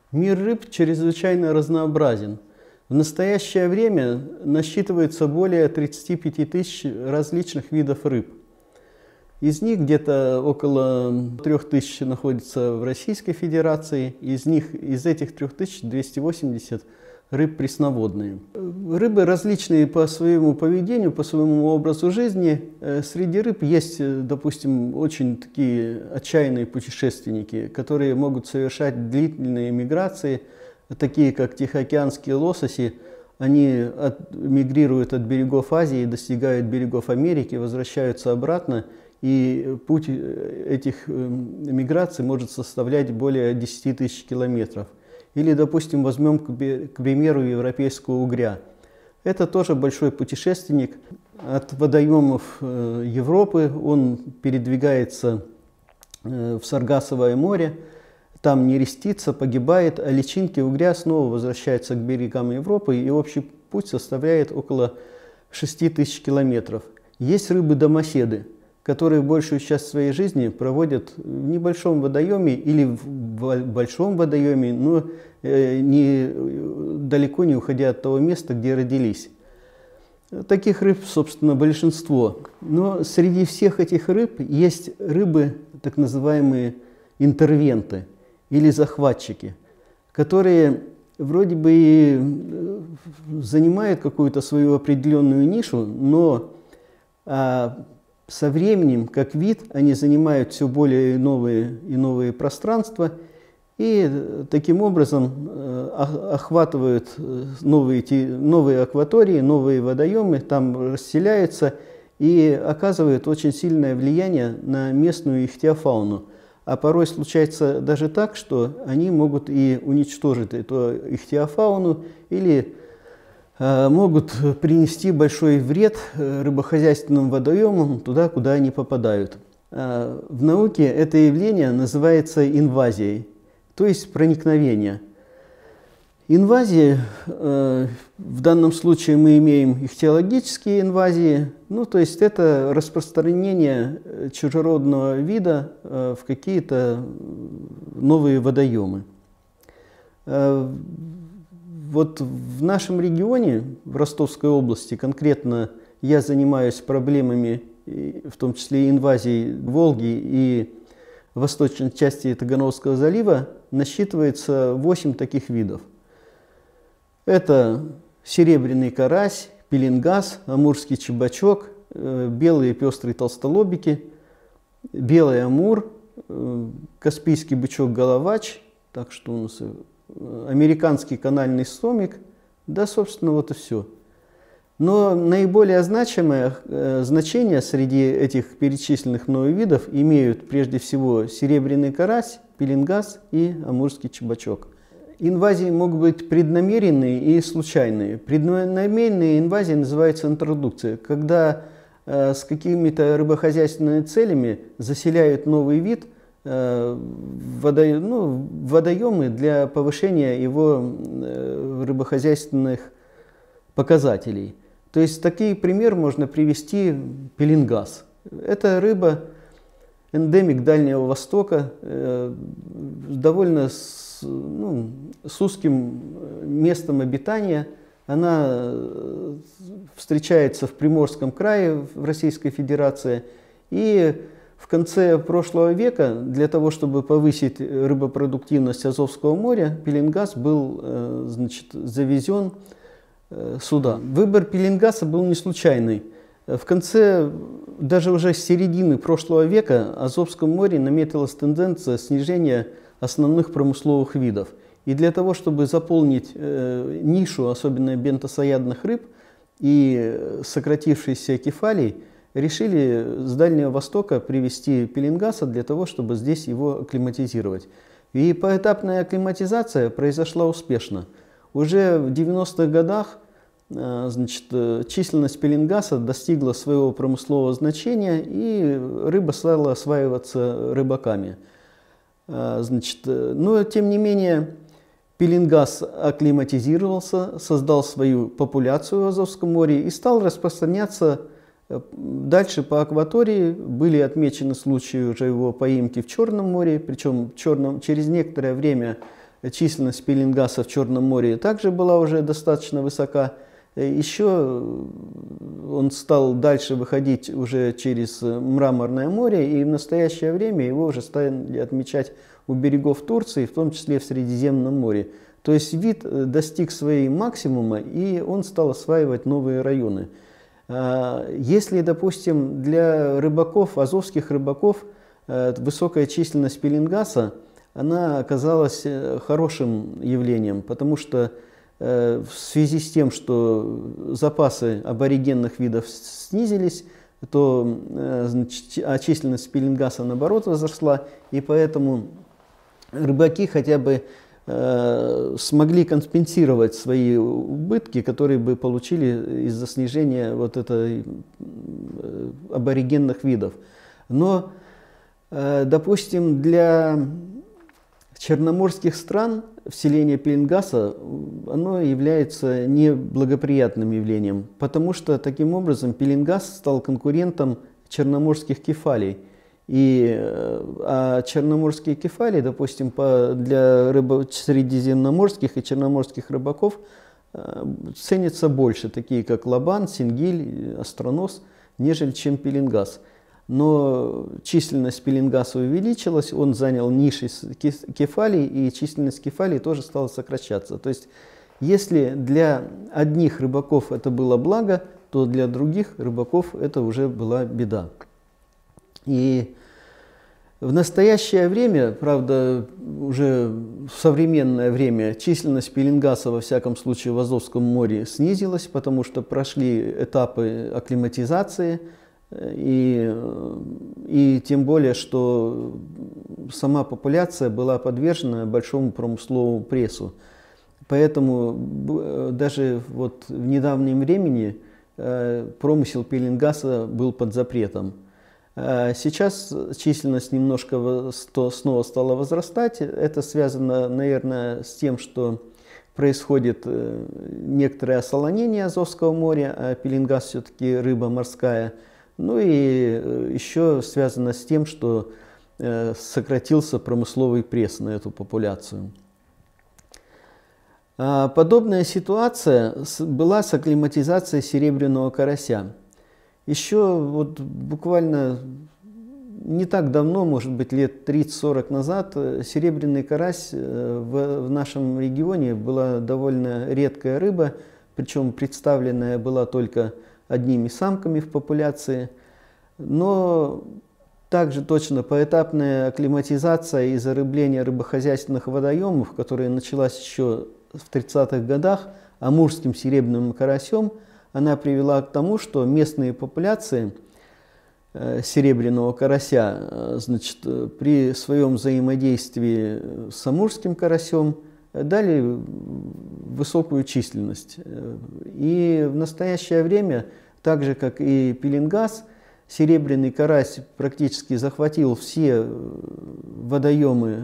Мир рыб чрезвычайно разнообразен. В настоящее время насчитывается более 35 тысяч различных видов рыб. Из них где-то около 3000 находится в Российской Федерации, из этих 3000 280 рыб пресноводные. Рыбы различные по своему поведению, по своему образу жизни. Среди рыб есть, допустим, очень такие отчаянные путешественники, которые могут совершать длительные миграции, такие как тихоокеанские лососи. Они мигрируют от берегов Азии, достигают берегов Америки, возвращаются обратно. И путь этих миграций может составлять более 10 тысяч километров. Или, допустим, возьмем, к примеру, европейского угря. Это тоже большой путешественник. От водоемов Европы он передвигается в Саргассовое море, там нерестится, погибает, а личинки угря снова возвращаются к берегам Европы, и общий путь составляет около 6 тысяч километров. Есть рыбы-домоседы, которые большую часть своей жизни проводят в небольшом водоеме или в большом водоеме, но далеко не уходя от того места, где родились. Таких рыб, собственно, большинство. Но среди всех этих рыб есть рыбы, так называемые интервенты или захватчики, которые вроде бы и занимают какую-то свою определенную нишу, но со временем, как вид, они занимают все более новые и новые пространства и таким образом охватывают новые акватории, новые водоемы, там расселяются и оказывают очень сильное влияние на местную ихтиофауну. А порой случается даже так, что они могут и уничтожить эту ихтиофауну или могут принести большой вред рыбохозяйственным водоемам туда, куда они попадают. В науке это явление называется инвазией, то есть проникновение. Инвазии, в данном случае мы имеем ихтиологические инвазии, то есть это распространение чужеродного вида в какие-то новые водоемы. Вот в нашем регионе, в Ростовской области, конкретно я занимаюсь проблемами, в том числе инвазии Волги и восточной части Таганрогского залива, насчитывается 8 таких видов. Это серебряный карась, пеленгаз, амурский чебачок, белые пестрые толстолобики, белый амур, каспийский бычок-головач, так что у нас американский канальный сомик, да, собственно, вот и все. Но наиболее значимое значение среди этих перечисленных мною видов имеют прежде всего серебряный карась, пеленгаз и амурский чебачок. Инвазии могут быть преднамеренные и случайные. Преднамеренные инвазии называются интродукцией, когда с какими-то рыбохозяйственными целями заселяют новый вид водоемы для повышения его рыбохозяйственных показателей. То есть такой пример можно привести пеленгаз. Это рыба эндемик Дальнего Востока, довольно с узким местом обитания. Она встречается в Приморском крае в Российской Федерации. И в конце прошлого века для того, чтобы повысить рыбопродуктивность Азовского моря, пеленгаз был завезен сюда. Выбор пеленгаза был не случайный. В конце, даже уже с середины прошлого века, в Азовском море наметилась тенденция снижения основных промысловых видов. И для того, чтобы заполнить нишу, особенно бентосоядных рыб и сократившийся кефалий, решили с Дальнего Востока привезти пеленгаза для того, чтобы здесь его акклиматизировать. И поэтапная акклиматизация произошла успешно. Уже в 90-х годах численность пеленгаза достигла своего промыслового значения, и рыба стала осваиваться рыбаками. Но тем не менее пеленгаз акклиматизировался, создал свою популяцию в Азовском море и стал распространяться дальше по акватории. Были отмечены случаи уже его поимки в Черном море, причем через некоторое время численность пеленгаса в Черном море также была уже достаточно высока. Еще он стал дальше выходить уже через Мраморное море, и в настоящее время его уже стали отмечать у берегов Турции, в том числе в Средиземном море. То есть вид достиг своего максимума, и он стал осваивать новые районы. Если, допустим, для рыбаков, азовских рыбаков, высокая численность пеленгаса, она оказалась хорошим явлением, потому что в связи с тем, что запасы аборигенных видов снизились, то численность пеленгаса наоборот возросла, и поэтому рыбаки хотя бы смогли компенсировать свои убытки, которые бы получили из-за снижения вот этой аборигенных видов. Но, допустим, для черноморских стран вселение пеленгаса оно является неблагоприятным явлением, потому что таким образом пеленгас стал конкурентом черноморских кефалий. А черноморские кефали, допустим, для средиземноморских и черноморских рыбаков ценятся больше, такие как лабан, сингиль, остронос, нежели чем пеленгас. Но численность пеленгаса увеличилась, он занял ниши кефалий, и численность кефалий тоже стала сокращаться. То есть, если для одних рыбаков это было благо, то для других рыбаков это уже была беда. И в настоящее время, правда, уже в современное время, численность пеленгаса, во всяком случае, в Азовском море снизилась, потому что прошли этапы акклиматизации, и тем более, что сама популяция была подвержена большому промысловому прессу. Поэтому даже вот в недавнем времени промысел пеленгаса был под запретом. Сейчас численность немножко снова стала возрастать. Это связано, наверное, с тем, что происходит некоторое осолонение Азовского моря, а пеленгас все-таки рыба морская. Ну и еще связано с тем, что сократился промысловый пресс на эту популяцию. Подобная ситуация была с акклиматизацией серебряного карася. Еще вот буквально не так давно, может быть, лет 30-40 назад, серебряный карась в нашем регионе была довольно редкая рыба, причем представленная была только одними самками в популяции. Но также точно поэтапная акклиматизация и зарыбление рыбохозяйственных водоемов, которая началась еще в 30-х годах амурским серебряным карасем, она привела к тому, что местные популяции серебряного карася, значит, при своем взаимодействии с амурским карасем дали высокую численность. И в настоящее время, так же как и пеленгас, серебряный карась практически захватил все водоемы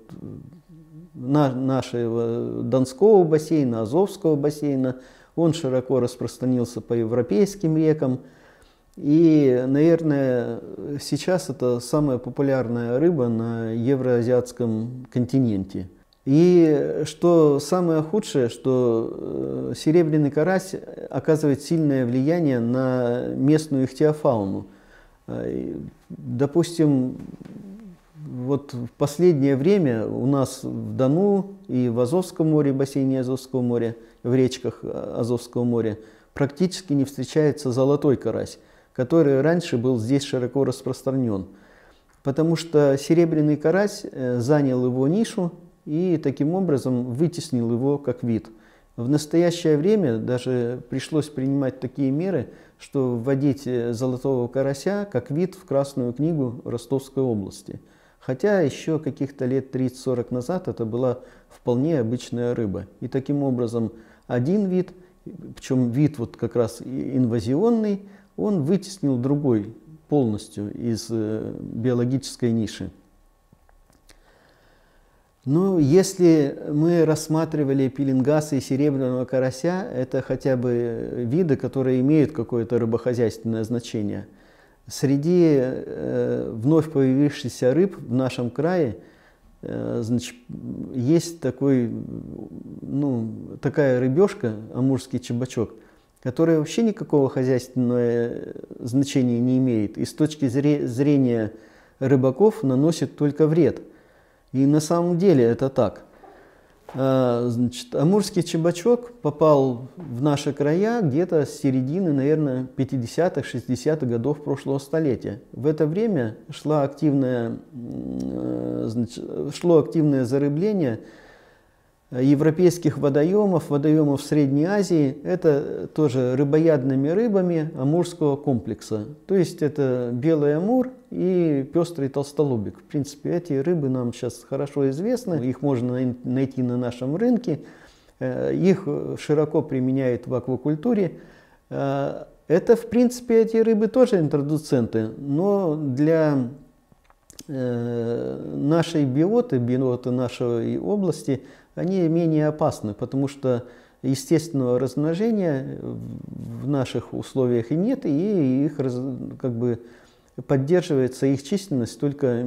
нашего Донского бассейна, Азовского бассейна. Он широко распространился по европейским рекам. И, наверное, сейчас это самая популярная рыба на евроазиатском континенте. И что самое худшее, что серебряный карась оказывает сильное влияние на местную ихтиофауну. Допустим, вот в последнее время у нас в Дону и в Азовском море, бассейне Азовского моря, в речках Азовского моря практически не встречается золотой карась, который раньше был здесь широко распространен. Потому что серебряный карась занял его нишу и таким образом вытеснил его как вид. В настоящее время даже пришлось принимать такие меры, что вводить золотого карася как вид в Красную книгу Ростовской области. Хотя еще каких-то лет 30-40 назад это была вполне обычная рыба. И таким образом один вид, причем вид вот как раз инвазионный, он вытеснил другой полностью из биологической ниши. Ну, если мы рассматривали пеленгаса и серебряного карася, это хотя бы виды, которые имеют какое-то рыбохозяйственное значение. Среди вновь появившихся рыб в нашем крае Значит, есть такая рыбешка, амурский чебачок, которая вообще никакого хозяйственного значения не имеет и с точки зрения рыбаков наносит только вред. И на самом деле это так. Значит, амурский чебачок попал в наши края где-то с середины, наверное, 50-х, 60-х годов прошлого столетия. В это время шло активное зарыбление европейских водоемов Средней Азии. Это тоже рыбоядными рыбами амурского комплекса. То есть это белый амур и пестрый толстолобик. В принципе, эти рыбы нам сейчас хорошо известны. Их можно найти на нашем рынке. Их широко применяют в аквакультуре. Это, в принципе, эти рыбы тоже интродуценты, но для нашей биоты нашей области, они менее опасны, потому что естественного размножения в наших условиях и нет, и их поддерживается их численность только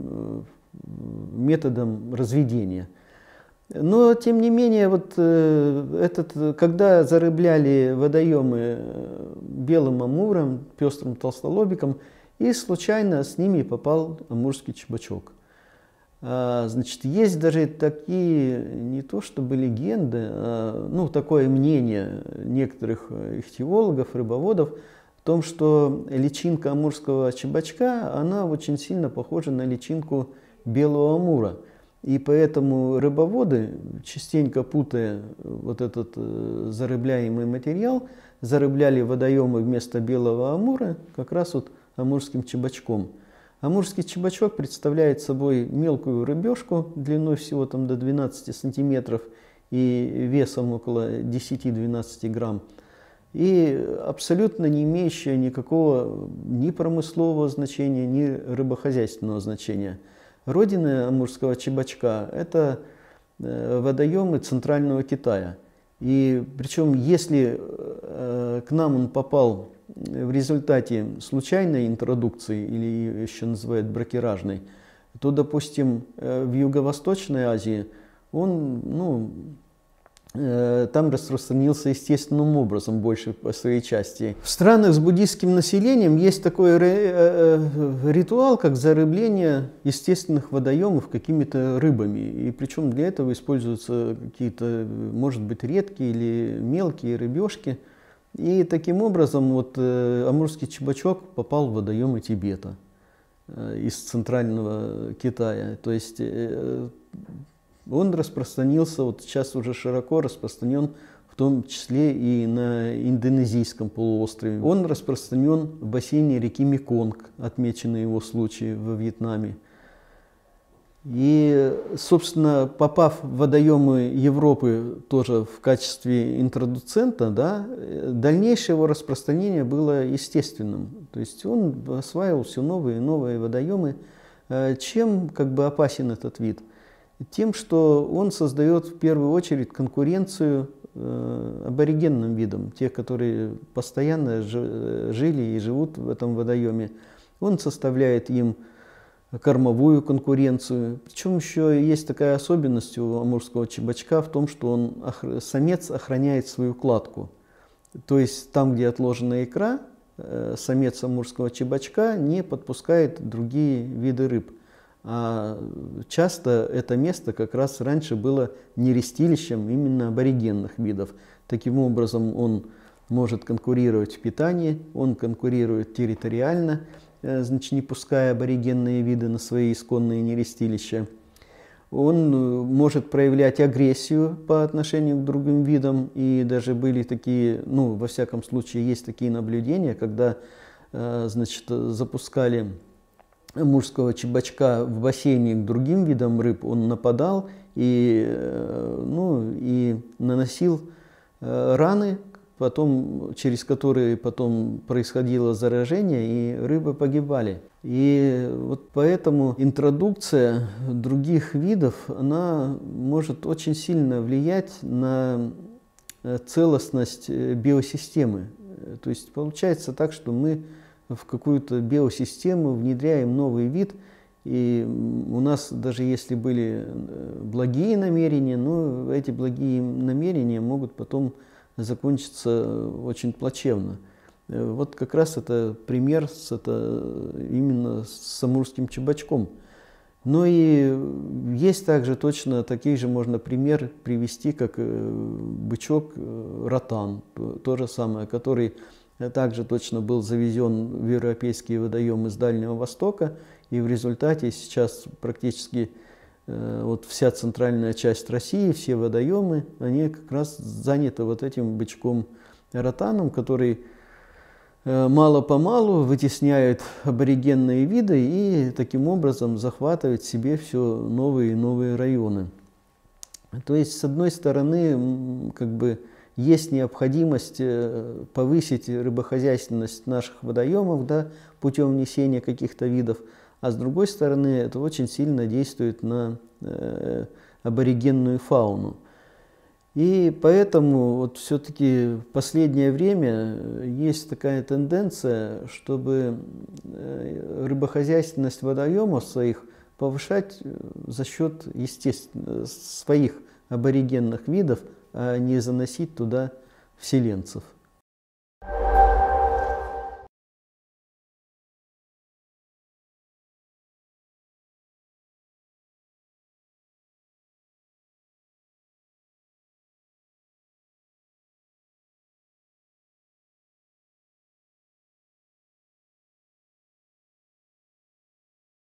методом разведения. Но, тем не менее, когда зарыбляли водоемы белым амуром, пестрым толстолобиком, и случайно с ними попал амурский чебачок. Значит, есть даже такие, не то чтобы легенды, такое мнение некоторых ихтиологов, рыбоводов, в том, что личинка амурского чебачка, она очень сильно похожа на личинку белого амура. И поэтому рыбоводы, частенько путая вот этот зарыбляемый материал, зарыбляли водоемы вместо белого амура как раз вот амурским чебачком. Амурский чебачок представляет собой мелкую рыбешку длиной всего там до 12 сантиметров и весом около 10-12 грамм. И абсолютно не имеющая никакого ни промыслового значения, ни рыбохозяйственного значения. Родина амурского чебачка – это водоемы Центрального Китая. И причем, если к нам он попал в результате случайной интродукции, или ее еще называют бракеражной, то, допустим, в Юго-Восточной Азии он там распространился естественным образом больше по своей части. В странах с буддийским населением есть такой ритуал, как зарыбление естественных водоемов какими-то рыбами. И причем для этого используются какие-то, может быть, редкие или мелкие рыбешки. И таким образом амурский чебачок попал в водоемы Тибета из центрального Китая. То есть он распространился, сейчас уже широко распространен, в том числе и на Индонезийском полуострове. Он распространен в бассейне реки Меконг, отмечены его случаи во Вьетнаме. И, собственно, попав в водоемы Европы тоже в качестве интродуцента, дальнейшее его распространение было естественным. То есть он осваивал все новые и новые водоемы. Чем опасен этот вид? Тем, что он создает в первую очередь конкуренцию аборигенным видам, тех, которые постоянно жили и живут в этом водоеме. Он составляет им кормовую конкуренцию. Причем еще есть такая особенность у амурского чебачка в том, что самец охраняет свою кладку. То есть там, где отложена икра, самец амурского чебачка не подпускает другие виды рыб. А часто это место как раз раньше было нерестилищем именно аборигенных видов. Таким образом, он может конкурировать в питании, он конкурирует территориально, значит, не пуская аборигенные виды на свои исконные нерестилища. Он может проявлять агрессию по отношению к другим видам. И даже были такие, во всяком случае, есть такие наблюдения, когда, значит, запускали амурского чебачка в бассейне к другим видам рыб, он нападал и наносил раны, через которые потом происходило заражение, и рыбы погибали. И поэтому интродукция других видов, она может очень сильно влиять на целостность биосистемы. То есть получается так, что мы в какую-то биосистему внедряем новый вид, И у нас даже если были благие намерения, но эти благие намерения могут потом закончиться очень плачевно. Вот как раз это пример именно с амурским чебачком. Но и есть также точно такие же можно пример привести, как бычок ротан, то же самое, который также точно был завезен в европейские водоемы с Дальнего Востока, и в результате сейчас практически вот вся центральная часть России, все водоемы, они как раз заняты вот этим бычком ротаном, который мало-помалу вытесняет аборигенные виды и таким образом захватывает себе все новые и новые районы. То есть, с одной стороны, как бы есть необходимость повысить рыбохозяйственность наших водоемов, да, путем внесения каких-то видов, а с другой стороны, это очень сильно действует на аборигенную фауну. И поэтому вот все-таки в последнее время есть такая тенденция, чтобы рыбохозяйственность водоемов своих повышать за счет своих аборигенных видов, а не заносить туда вселенцев.